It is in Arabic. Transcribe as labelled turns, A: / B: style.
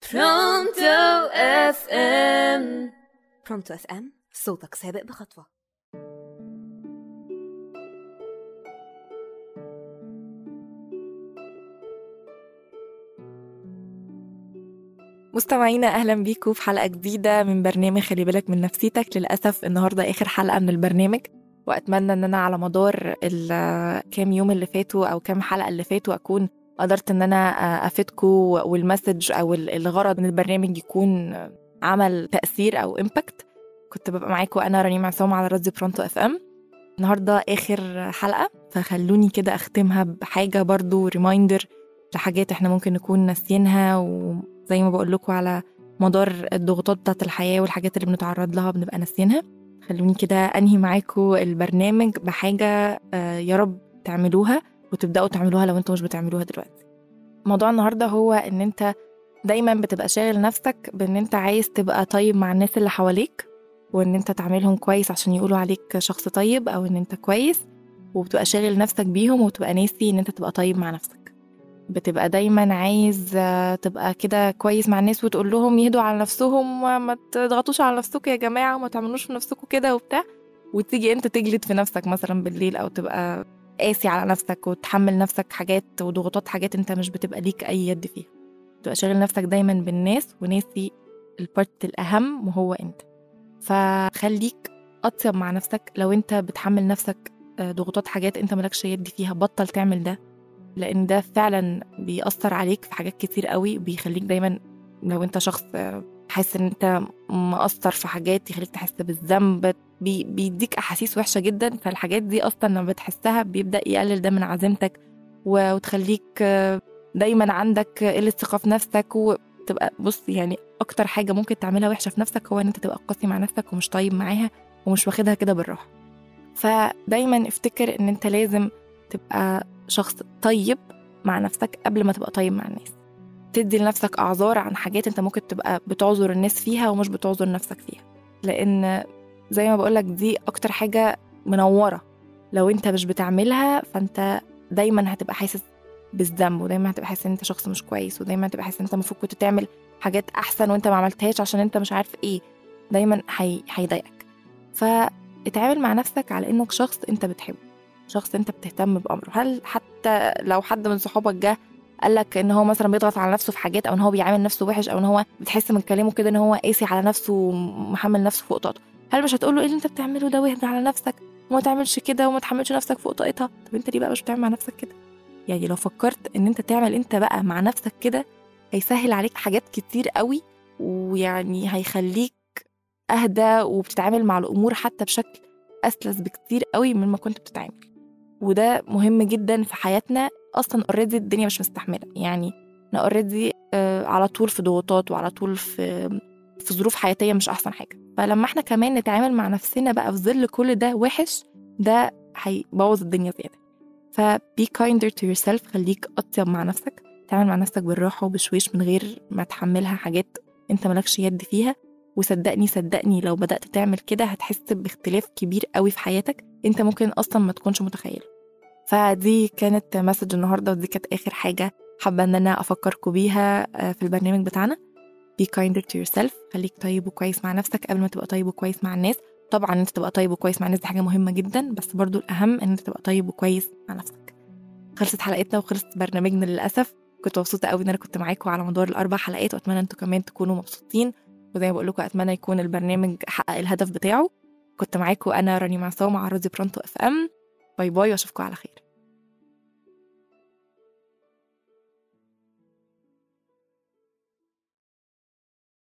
A: برونتو اف ام.
B: برونتو اف ام، صوتك سابق بخطوة.
C: مستمعينا أهلا بيكم في حلقة جديدة من برنامج خلي بالك من نفسيتك. للأسف النهاردة آخر حلقة من البرنامج، وأتمنى أن أنا على مدار الكام يوم اللي فاتوا أو كام حلقة اللي فاتوا أكون قدرت أن أنا أفيدكم، والمسج أو الغرض من البرنامج يكون عمل تأثير أو إمباكت. كنت ببقى معاكم أنا رنيم عصام على راديو برونتو اف ام. النهاردة آخر حلقة، فخلوني كده أختمها بحاجة برضو ريمايندر لحاجات احنا ممكن نكون ناسينها، وزي ما بقول لكم على مدار الضغوطات بتاعت الحياة والحاجات اللي بنتعرض لها بنبقى ناسينها. خلوني كده أنهي معاكم البرنامج بحاجة يا رب تعملوها وتبدأوا تعملوها لو انتوا مش بتعملوها دلوقتي. موضوع النهاردة هو ان انت دايما بتبقى شاغل نفسك بان انت عايز تبقى طيب مع الناس اللي حواليك، وان انت تعملهم كويس عشان يقولوا عليك شخص طيب او ان انت كويس، وبتبقى شاغل نفسك بيهم وتبقى ناسي ان انت تبقى طيب مع نفسك. بتبقى دايما عايز تبقى كده كويس مع الناس وتقول لهم يهدوا على نفسهم وما تضغطوش على نفسكم يا جماعة وما تعملوش في نفسكم كده وبتاع، وتيجي انت تجلد في نفسك مثلا بالليل او تبقى قاسي على نفسك وتحمل نفسك حاجات وضغوطات حاجات انت مش بتبقى ليك اي يد فيها. تبقى شاغل نفسك دايما بالناس وناسي البارت الأهم وهو انت. فخليك أطيب مع نفسك. لو انت بتحمل نفسك ضغوطات حاجات انت ملكش يد فيها، بطل تعمل ده، لأن ده فعلا بيأثر عليك في حاجات كتير قوي. بيخليك دايما لو انت شخص حاسس ان انت مقصر في حاجات يخليك تحس بالذنب، بيديك أحاسيس وحشة جدا. فالحاجات دي أصلا لما بتحسها بيبدأ يقلل ده من عزيمتك وتخليك دايما عندك قلة ثقة في نفسك، وتبقى بص يعني أكتر حاجة ممكن تعملها وحشة في نفسك هو ان انت تبقى قاسي مع نفسك ومش طيب معاها ومش واخدها كده بالراحة. فدايما افتكر ان انت لازم تبقى شخص طيب مع نفسك قبل ما تبقى طيب مع الناس. تدي لنفسك أعذار عن حاجات انت ممكن تبقى بتعذر الناس فيها ومش بتعذر نفسك فيها، لأن زي ما بقولك دي أكتر حاجة منورة. لو انت مش بتعملها فانت دايما هتبقى حاسس بالذنب، ودايما هتبقى حاسس ان انت شخص مش كويس، ودايما هتبقى حاسس ان انت المفروض كنت تعمل حاجات أحسن وانت ما عملتهاش عشان انت مش عارف ايه. دايما هيضايقك. فاتعامل مع نفسك على انك شخص انت بتحبه، شخص انت بتهتم بأمره. هل حتى لو حد من صحابك جه قالك ان هو مثلا بيضغط على نفسه في حاجات، او ان هو بيعامل نفسه وحش، او ان هو بتحس من كلامه كده ان هو قاسي على نفسه ومحمل نفسه فوق طاقته، هل مش هتقوله ايه اللي انت بتعمله ده واهدى على نفسك وما تعملش كده وما تحملش نفسك فوق طاقتها؟ طب انت ليه بقى مش بتعمل مع نفسك كده؟ يعني لو فكرت ان انت تعمل انت بقى مع نفسك كده هيسهل عليك حاجات كتير قوي، ويعني هيخليك اهدى وبتتعامل مع الامور حتى بشكل اسلس بكتير قوي مما كنت بتتعامل. وده مهم جدا في حياتنا. اصلا اوريدي الدنيا مش مستحمله، يعني انا اوريدي على طول في ضغوطات وعلى طول في ظروف حياتيه مش احسن حاجه. فلما احنا كمان نتعامل مع نفسنا بقى في ظل كل ده وحش، ده هيبوظ الدنيا زياده. be kinder to yourself. خليك اطيب مع نفسك، تعامل مع نفسك بالراحه وبشويش من غير ما تحملها حاجات انت مالكش يد فيها. وصدقني لو بدأت تعمل كده هتحس باختلاف كبير قوي في حياتك انت ممكن اصلا ما تكونش متخيله. فدي كانت مسج النهارده، ودي كانت اخر حاجه حابه ان انا افكركم بيها في البرنامج بتاعنا. be kinder to yourself. خليك طيب وكويس مع نفسك قبل ما تبقى طيب وكويس مع الناس. طبعا انت تبقى طيب وكويس مع الناس دي حاجه مهمه جدا، بس برضو الاهم ان انت تبقى طيب وكويس مع نفسك. خلصت حلقتنا وخلصت برنامجنا للاسف. كنت مبسوطه قوي ان انا كنت معاكم على مدار ال4 حلقات، واتمنى انتوا كمان تكونوا مبسوطين. وزي ما بقول لكم اتمنى يكون البرنامج حقق الهدف بتاعه. كنت معاكم انا رنيم عصام على راديو برونتو اف ام. باي باي واشوفكم على خير.